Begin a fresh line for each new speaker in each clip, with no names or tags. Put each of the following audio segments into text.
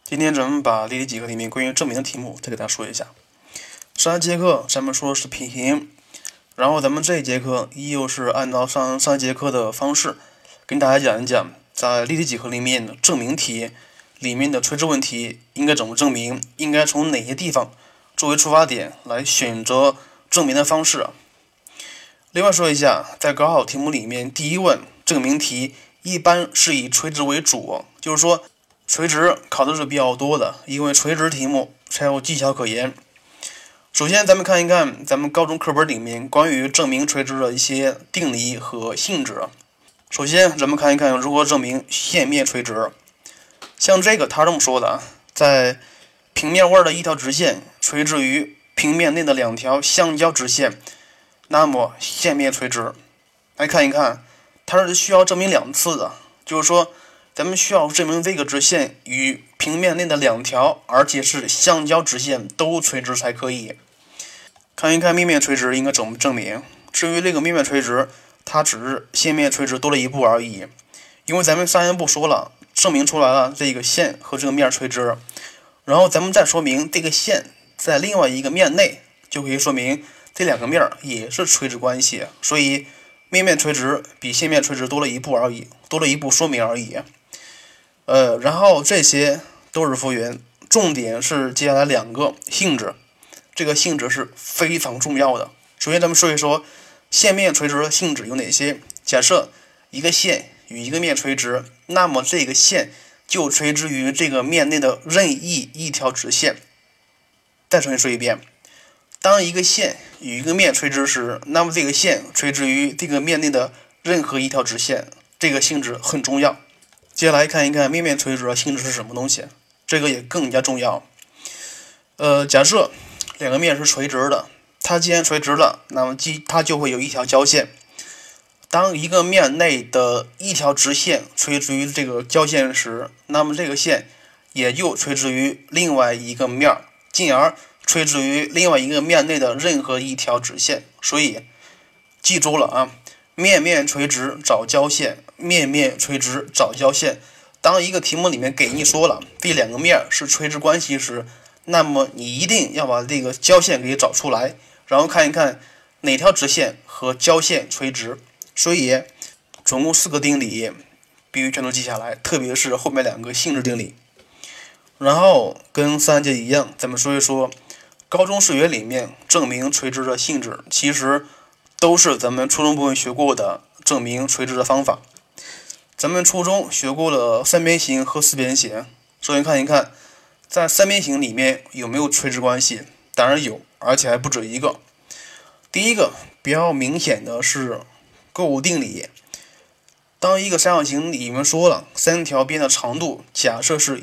今天咱们把例题几何里面关于证明的题目再给大家说一下。上一节课咱们说的是平行，然后咱们这一节课依旧是按照上一节课的方式，跟大家讲一讲在例题几何里面的证明题里面的垂直问题应该怎么证明，应该从哪些地方作为出发点来选择证明的方式。另外说一下，在高考题目里面，第一问证明题一般是以垂直为主，就是说垂直考的是比较多的，因为垂直题目才有技巧可言。首先咱们看一看咱们高中课本里面关于证明垂直的一些定理和性质。首先咱们看一看如何证明线面垂直。像这个他这么说的，在平面外的一条直线垂直于平面内的两条相交直线，那么线面垂直。来看一看，它是需要证明两次的，就是说咱们需要证明这个直线与平面内的两条，而且是相交直线都垂直才可以。看一看面面垂直应该怎么证明。至于这个面面垂直，它只是线面垂直多了一步而已。因为咱们上一步说了，证明出来了这个线和这个面垂直，然后咱们再说明这个线在另外一个面内，就可以说明这两个面也是垂直关系。所以面面垂直比线面垂直多了一步而已，多了一步说明而已。然后这些都是复原，重点是接下来两个性质，这个性质是非常重要的。首先咱们说一说线面垂直的性质有哪些。假设一个线与一个面垂直，那么这个线就垂直于这个面内的任意一条直线。再重新说一遍，当一个线与一个面垂直时，那么这个线垂直于这个面内的任何一条直线，这个性质很重要。接下来看一看面面垂直的性质是什么东西，这个也更加重要。假设两个面是垂直的，它既然垂直了，那么它就会有一条交线。当一个面内的一条直线垂直于这个交线时，那么这个线也就垂直于另外一个面，进而垂直于另外一个面内的任何一条直线。所以记住了啊，面面垂直找交线，面面垂直找交线。当一个题目里面给你说了这两个面是垂直关系时，那么你一定要把这个交线给找出来，然后看一看哪条直线和交线垂直。所以总共4个定理必须全都记下来，特别是后面2个性质定理。然后跟上节一样，咱们说一说高中数学里面证明垂直的性质，其实都是咱们初中部分学过的证明垂直的方法。咱们初中学过了三边形和四边形，首先看一看在三边形里面有没有垂直关系。当然有，而且还不止一个。第一个比较明显的是勾股定理。当一个三角形里面说了3条边的长度假设是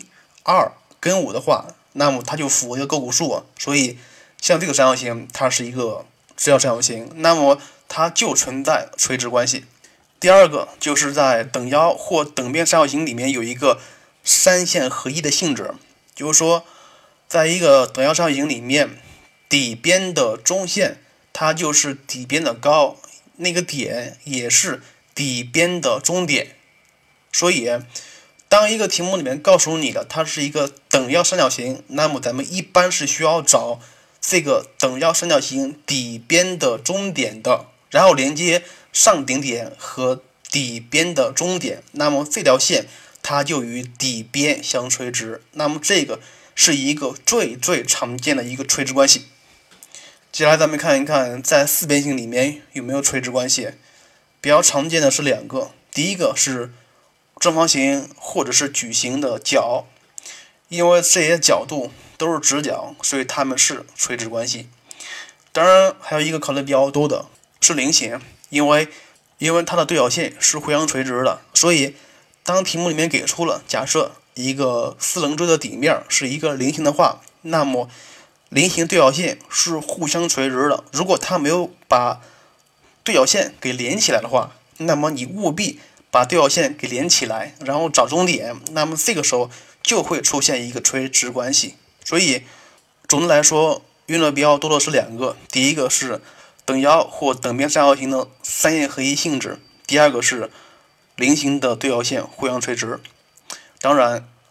1、2跟5的话，那么它就符合一个勾股数。所以像这个三角形它是一个直角三角形，那么它就存在垂直关系。第二个就是在等腰或等边三角形里面有一个3线合一的性质，就是说在一个等腰三角形里面，底边的中线它就是底边的高，那个点也是底边的中点。所以当一个题目里面告诉你的它是一个等腰三角形，那么咱们一般是需要找这个等腰三角形底边的中点的，然后连接上顶点和底边的中点，那么这条线它就与底边相垂直。那么这个是一个最常见的一个垂直关系。接下来咱们看一看在四边形里面有没有垂直关系。比较常见的是2个，第一个是正方形或者是矩形的角，因为这些角度都是直角，所以它们是垂直关系。当然还有一个考虑比较多的是菱形，因为它的对角线是互相垂直的，所以当题目里面给出了假设一个四棱锥的底面是一个菱形的话，那么菱形对角线是互相垂直的。如果它没有把对角线给连起来的话，那么你务必把对角线给连起来，然后找中点，那么这个时候就会出现一个垂直关系。所以总的来说用的比较多的是2个，第一个是等腰或等边三角形的3线合一性质，第二个是菱形的对角线互相垂直。当然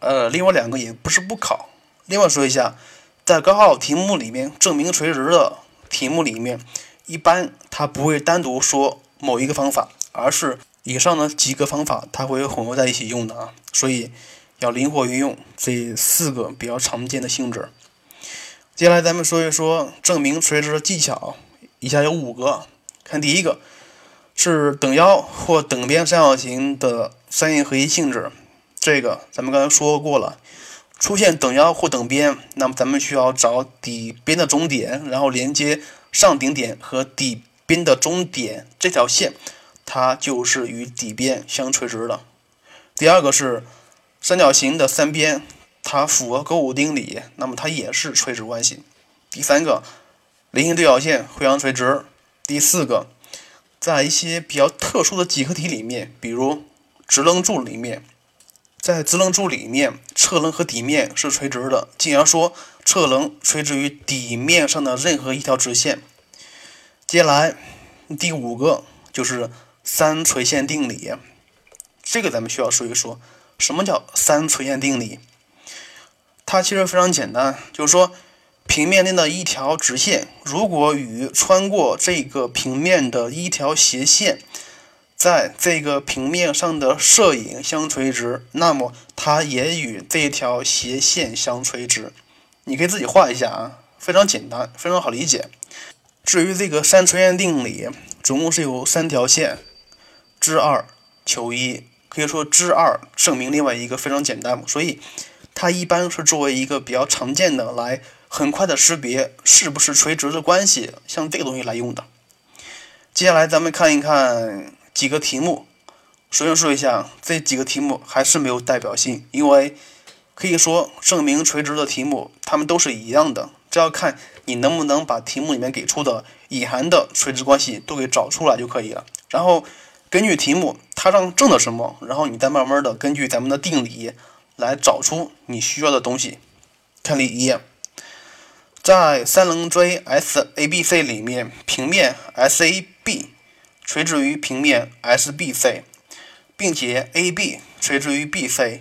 另外2个也不是不考。另外说一下，在高考题目里面，证明垂直的题目里面，一般它不会单独说某一个方法，而是以上的几个方法它会混合在一起用的啊，所以要灵活运用这4个比较常见的性质。接下来咱们说一说证明垂直的技巧，以下有5个。看第一个是等腰或等边三角形的三义合一性质，这个咱们刚才说过了。出现等腰或等边，那么咱们需要找底边的中点，然后连接上顶点和底边的中点，这条线它就是与底边相垂直的。第二个是三角形的三边，它符合勾股定理，那么它也是垂直关系。第三个，菱形对角线互相垂直。第4个，在一些比较特殊的几何体里面，比如直棱柱里面，在直棱柱里面，侧棱和底面是垂直的，进而说侧棱垂直于底面上的任何一条直线。接下来第5个就是三垂线定理，这个咱们需要说一说，什么叫三垂线定理？它其实非常简单，就是说平面内的一条直线，如果与穿过这个平面的一条斜线在这个平面上的摄影相垂直，那么它也与这条斜线相垂直。你可以自己画一下啊，非常简单，非常好理解。至于这个三垂线定理，总共是有3条线，知2求1，可以说知2证明另外一个非常简单，所以它一般是作为一个比较常见的来很快的识别是不是垂直的关系，像这个东西来用的。接下来咱们看一看几个题目。首先说一下，这几个题目还是没有代表性，因为可以说证明垂直的题目它们都是一样的，这要看你能不能把题目里面给出的隐含的垂直关系都给找出来就可以了。然后根据题目它让证的什么，然后你再慢慢的根据咱们的定理来找出你需要的东西。看例1，在三棱锥 SABC 里面，平面 SAB 垂直于平面 SBC， 并且 AB 垂直于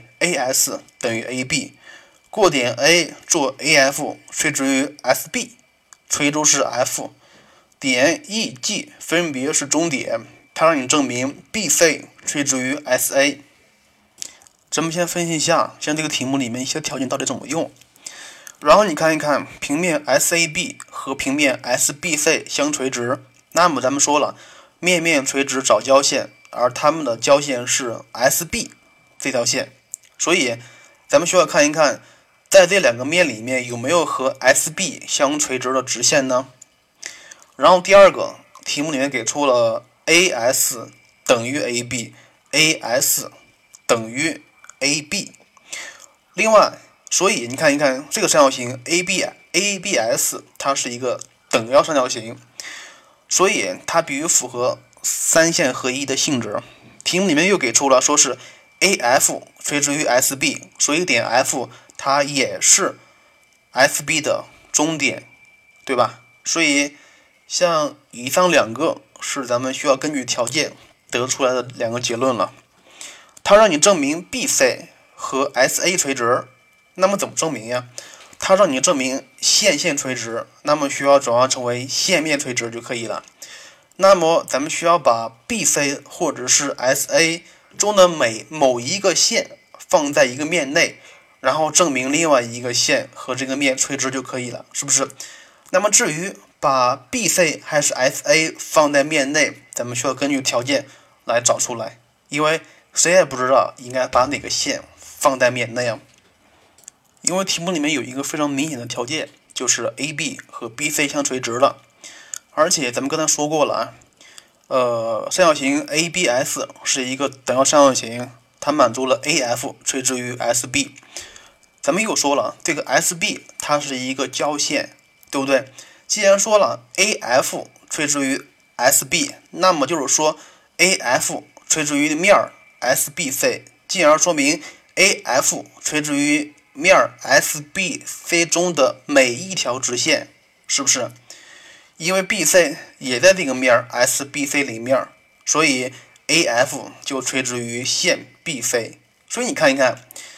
BC，AS 等于 AB， 过点 A 做 AF 垂直于 SB， 垂直是 F， 点 EG 分别是中点，它让你证明 BC 垂直于 SA。 咱们先分析一下像这个题目里面一些条件到底怎么用，然后你看一看平面 SAB 和平面 SBC 相垂直，那么咱们说了面面垂直找交线，而它们的交线是 SB 这条线，所以咱们需要看一看在这2个面里面有没有和 SB 相垂直的直线呢？然后第2个题目里面给出了 AS 等于 AB，AS 等于 AB。 另外，所以你看一看这个三角形 ABS 它是一个等腰三角形，所以它必须符合三线合一的性质。题目里面又给出了说是 AF 垂直于 SB， 所以点 F 它也是 SB 的中点，对吧？所以像以上2个是咱们需要根据条件得出来的2个结论了。它让你证明 BC 和 SA 垂直，那么怎么证明呀？它让你证明线线垂直，那么需要转化成为线面垂直就可以了。那么咱们需要把 BC 或者是 SA 中的某一个线放在一个面内，然后证明另外一个线和这个面垂直就可以了，是不是？那么至于把 BC 还是 SA 放在面内，咱们需要根据条件来找出来，因为谁也不知道应该把哪个线放在面内啊。因为题目里面有一个非常明显的条件，就是 AB 和 BC 相垂直了，而且咱们刚才说过了啊，三角形 ABS 是一个等腰三角形，它满足了 AF 垂直于 SB。 咱们又说了，这个 SB 它是一个交线，对不对？既然说了 AF 垂直于 SB， 那么就是说 AF 垂直于面 SBC， 进而说明 AF 垂直于面 SBC 中的每一条直线，是不是？因为 BC 也在这个面 SBC 里面，所以 AF 就垂直于线 BC。所以你看一看，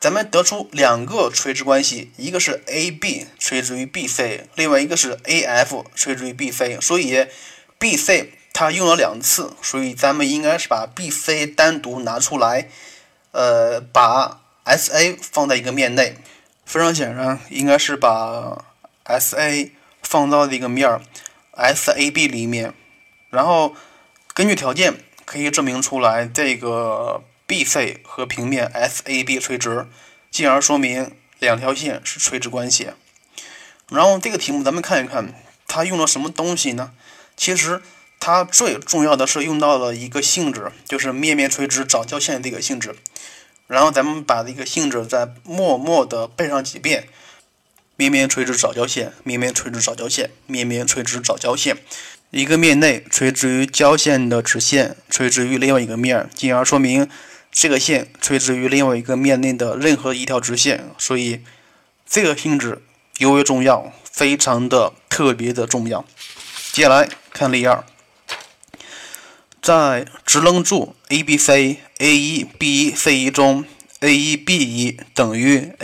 咱们得出两个垂直关系，一个是 AB 垂直于 BC， 另外一个是 AF 垂直于 BC， 所以 BC 它用了2次，所以咱们应该是把 BC 单独拿出来，把 SA 放在一个面内。非常显然，应该是把 SA 放到这个面 SAB 里面，然后根据条件可以证明出来这个 BC 和平面 SAB 垂直，进而说明两条线是垂直关系。然后这个题目咱们看一看，它用了什么东西呢？其实它最重要的是用到了一个性质，就是面面垂直找交线的这个性质。然后咱们把这个性质再默默的背上几遍：面面垂直找交线，面面垂直找交线，面面垂直找交线。一个面内垂直于交线的直线垂直于另外一个面，进而说明这个线垂直于另外一个面内的任何一条直线。所以这个性质尤为重要，非常的特别的重要。接下来看例2，在直棱柱 ABC A1B1C1 中 A1B1 等于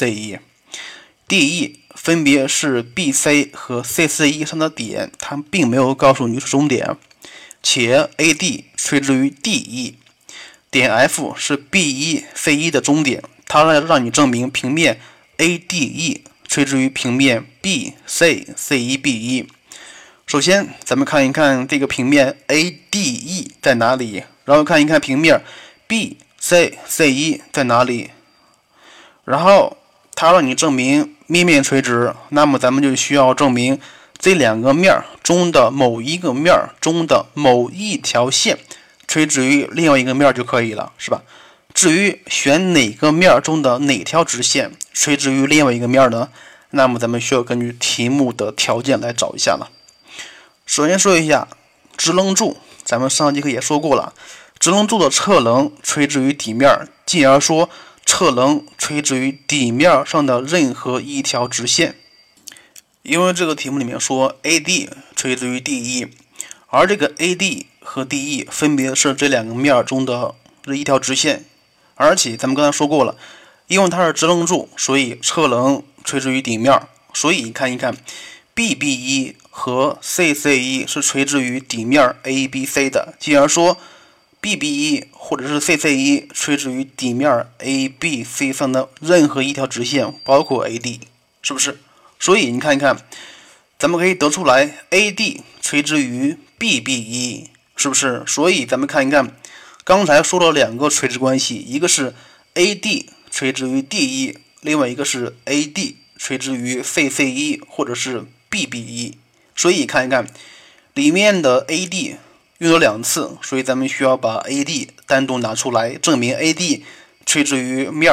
A1C1，DE 分别是 BC 和 CC1 上的点，它并没有告诉你是终点，且 AD 垂直于 DE， 点 F 是 B1C1 的终点，它让你证明平面 ADE 垂直于平面 BCC1B1。首先咱们看一看这个平面 ADE 在哪里，然后看一看平面 BCC1 在哪里，然后它让你证明面面垂直，那么咱们就需要证明这两个面中的某一个面中的某一条线垂直于另外一个面就可以了，是吧？至于选哪个面中的哪条直线垂直于另外一个面呢？那么咱们需要根据题目的条件来找一下了。首先说一下直棱柱，咱们上节课也说过了，直棱柱的侧棱垂直于底面，进而说侧棱垂直于底面上的任何一条直线。因为这个题目里面说 AD 垂直于 DE， 而这个 AD 和 DE 分别是这两个面中的一条直线，而且咱们刚才说过了，因为它是直棱柱，所以侧棱垂直于底面，所以看一看 BB1 和 CC1 是垂直于底面 ABC 的，进而说 BB1 或者是 CC1 垂直于底面 ABC 上的任何一条直线，包括 AD， 是不是？所以你看一看，咱们可以得出来 AD 垂直于 BB1， 是不是？所以咱们看一看，刚才说了两个垂直关系，一个是 AD 垂直于 DE， 另外一个是 AD 垂直于 CC1 或者是 BB1。所以看一看里面的 AD 用了2次，所以咱们需要把 AD 单独拿出来，证明 AD 垂直于面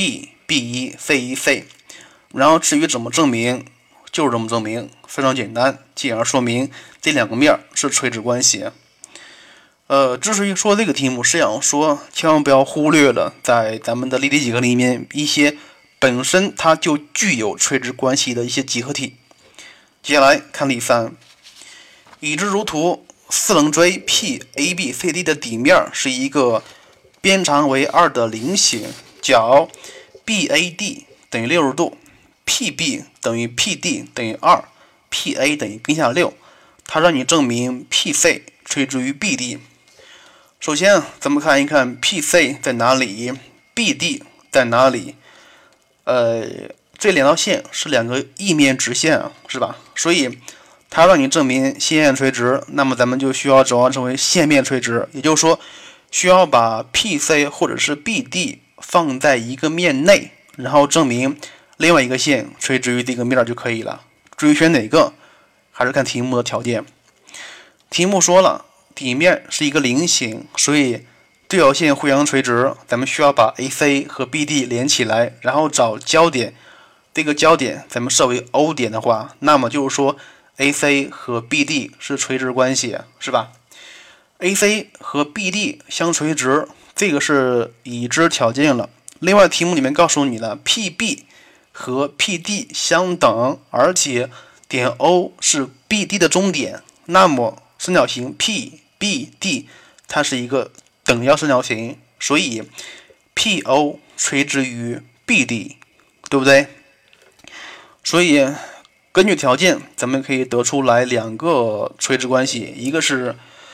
B、B1、C1、C。然后至于怎么证明，就是这么证明，非常简单，进而说明这两个面是垂直关系。之所以说这个题目是想说，千万不要忽略了在咱们的例题几何里面一些本身它就具有垂直关系的一些几何题。接下来看例3，已知如图四棱锥 PABCD 的底面是一个边长为2的菱形，角 BAD 等于60度，PB 等于 PD 等于2， PA 等于根下6，它让你证明 PC 垂直于 BD。首先咱们看一看 PC 在哪里， BD 在哪里。这两条线是两个异面直线，是吧？所以它让你证明线面垂直，那么咱们就需要转化成为线面垂直，也就是说需要把 PC 或者是 BD 放在一个面内，然后证明另外一个线垂直于这个面就可以了。至于选哪个，还是看题目的条件。题目说了底面是一个菱形，所以这条线互相垂直，咱们需要把 AC 和 BD 连起来，然后找交点。这个交点咱们设为 O 点的话，那么就是说 AC 和 BD 是垂直关系，是吧？ AC 和 BD 相垂直，这个是已知条件了。另外题目里面告诉你了 PB 和 PD 相等，而且点 O 是 BD 的终点，那么三角形 PBD 它是一个等腰三角形，所以 PO 垂直于 BD， 对不对？所以根据条件，咱们可以得出来两个垂直关系，一个是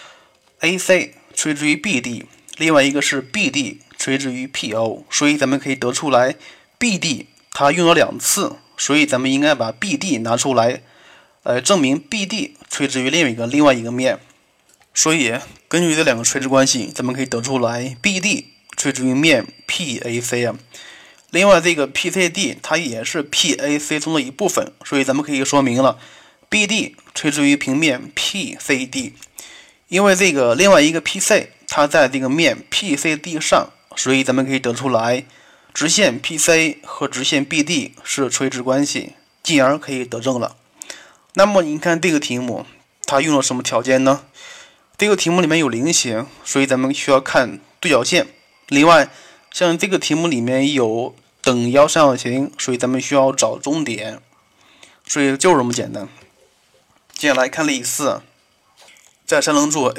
AC 垂直于 BD， 另外一个是 BD 垂直于 PO。所以咱们可以得出来 BD 它用了2次，所以咱们应该把 BD 拿出来，证明 BD 垂直于另外一个面。所以根据这两个垂直关系，咱们可以得出来 BD 垂直于面 PAC 啊。另外，这个 PCD 它也是 PAC 中的一部分，所以咱们可以说明了 BD 垂直于平面 PCD。因为这个另外一个 PC 它在这个面 PCD 上，所以咱们可以得出来直线 PC 和直线 BD 是垂直关系，进而可以得证了。那么你看这个题目，它用了什么条件呢？这个题目里面有菱形，所以咱们需要看对角线。另外，像这个题目里面有等腰三角形，所以咱们需要找中点。所以就是这么简单。接下来看例4，在三棱柱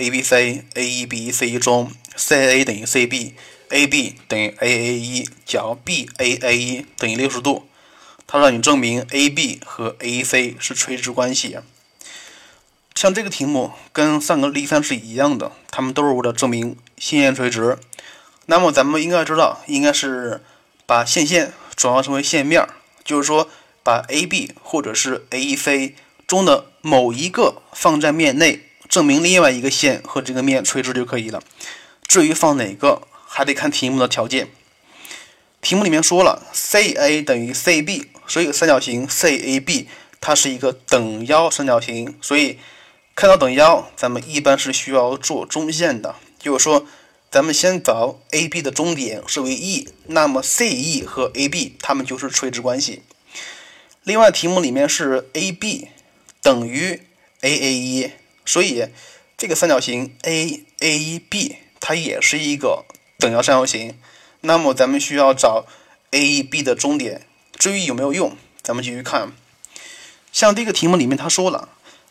ABC、AEB、CE 中 ，CA 等于 CB，AB 等于 AAE， 角 BAAE 等于60度。它让你证明 AB 和 AEC 是垂直关系。像这个题目跟上个例3是一样的，它们都是为了证明线线垂直。那么咱们应该知道，应该是把线线转化成为线面，就是说把 AB 或者是 AEC 中的某一个放在面内，证明另外一个线和这个面垂直就可以了。至于放哪个，还得看题目的条件。题目里面说了 CA 等于 CB， 所以三角形 CAB 它是一个等腰三角形，所以看到等腰，咱们一般是需要做中线的，就是说咱们先找 AB 的中点是为 E， 那么 CE 和 AB 它们就是垂直关系。另外题目里面是 AB 等于 AAE， 所以这个三角形 AAB 它也是一个等腰三角形。那么咱们需要找 AEB 的中点，至于有没有用，咱们继续看。像这个题目里面他说了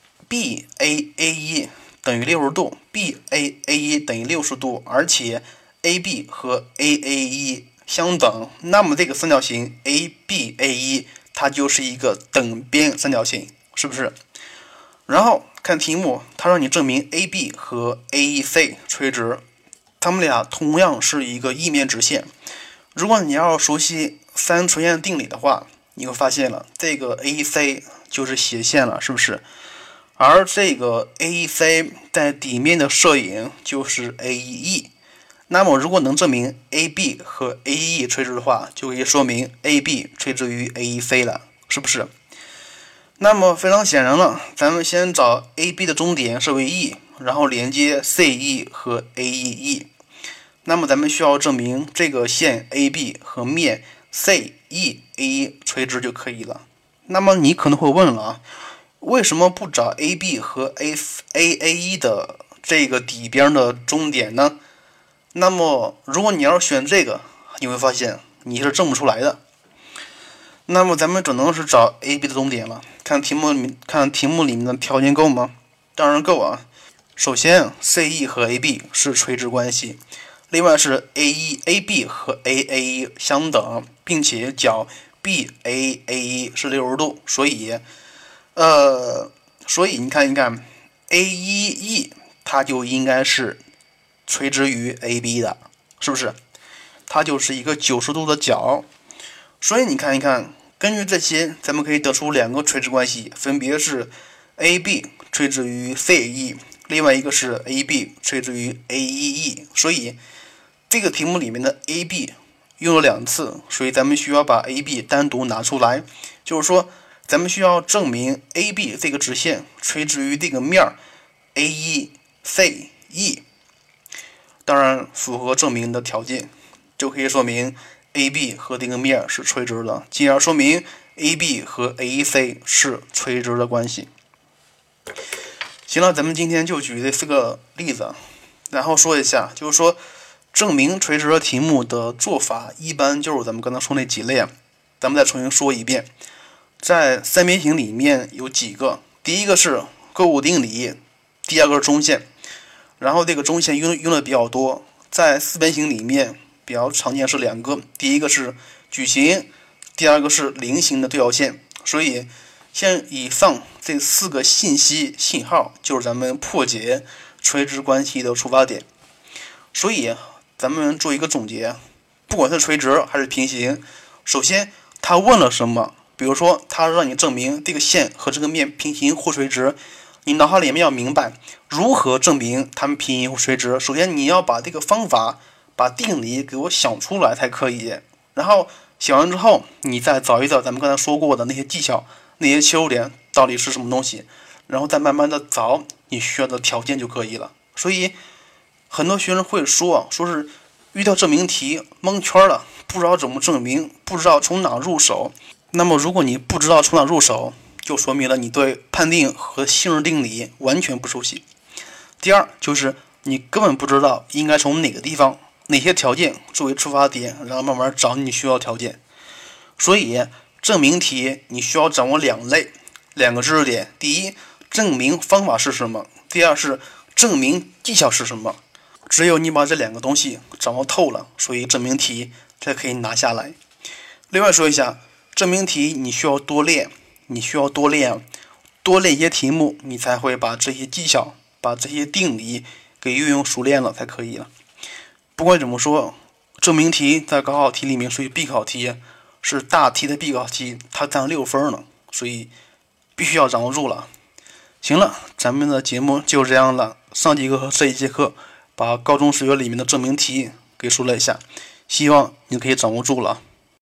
BAAE 等于60度 ，BAAE 等于60度，而且 AB 和 AAE 相等，那么这个三角形 ABAE 它就是一个等边三角形，是不是？然后看题目，它让你证明 AB 和 AEC 垂直，它们俩同样是一个异面直线。如果你要熟悉三垂线定理的话，你会发现了这个 AEC 就是斜线了，是不是？而这个 AEC 在底面的摄影就是 AEE。那么如果能证明 AB 和 AEE 垂直的话，就可以说明 AB 垂直于 AEC 了，是不是？那么非常显然了，咱们先找 AB 的中点是为 E， 然后连接 CE 和 AEE。那么咱们需要证明这个线 AB 和面 CEAE 垂直就可以了。那么你可能会问了啊，为什么不找 AB 和 AAE 的这个底边的中点呢？那么如果你要是选这个，你会发现你是证不出来的。那么咱们只能是找 AB 的中点了。看题目里面的条件够吗？当然够啊。首先 CE 和 AB 是垂直关系，另外是 AB 和 AAE 相等，并且角 BAAE 是60度，所以你看一看 AEE 它就应该是垂直于 AB 的，是不是？它就是一个90度的角。所以你看一看，根据这些，咱们可以得出两个垂直关系，分别是 AB 垂直于 CE， 另外一个是 AB 垂直于 AEE。所以这个题目里面的 AB 用了2次，所以咱们需要把 AB 单独拿出来，就是说咱们需要证明 AB 这个直线垂直于这个面 AECE， 当然符合证明的条件，就可以说明 AB 和这个面是垂直的，进而说明 AB 和 AEC 是垂直的关系。行了，咱们今天就举这4个例子，然后说一下，就是说证明垂直的题目的做法一般就是咱们刚才说那几类，咱们再重新说一遍。在三边形里面有几个，第一个是勾股定理，第二个是中线，然后这个中线用的比较多。在四边形里面比较常见是2个，第一个是矩形，第二个是菱形的对角线。所以像以上这4个信号就是咱们破解垂直关系的出发点。所以咱们做一个总结，不管是垂直还是平行，首先他问了什么，比如说他让你证明这个线和这个面平行或垂直，你脑海里面要明白如何证明它们平行或垂直。首先你要把这个方法把定理给我想出来才可以，然后想完之后你再找一找咱们刚才说过的那些技巧，那些切入点到底是什么东西，然后再慢慢的找你需要的条件就可以了。所以很多学生会说是遇到证明题蒙圈了，不知道怎么证明，不知道从哪入手。那么如果你不知道从哪入手，就说明了你对判定和信任定理完全不熟悉。第二就是你根本不知道应该从哪个地方哪些条件作为出发点，然后慢慢找你需要的条件。所以证明题你需要掌握2个知识点，第一，证明方法是什么，第二是证明技巧是什么。只有你把这2个东西掌握透了，所以证明题才可以拿下来。另外说一下，证明题你需要多练，多练一些题目，你才会把这些技巧把这些定理给运用熟练了才可以了。不管怎么说，证明题在高考题里面属于必考题，是大题的必考题，它占6分呢，所以必须要掌握住了。行了，咱们的节目就这样了。上节课和这一节课把高中数学里面的证明题给说了一下，希望你可以掌握住了。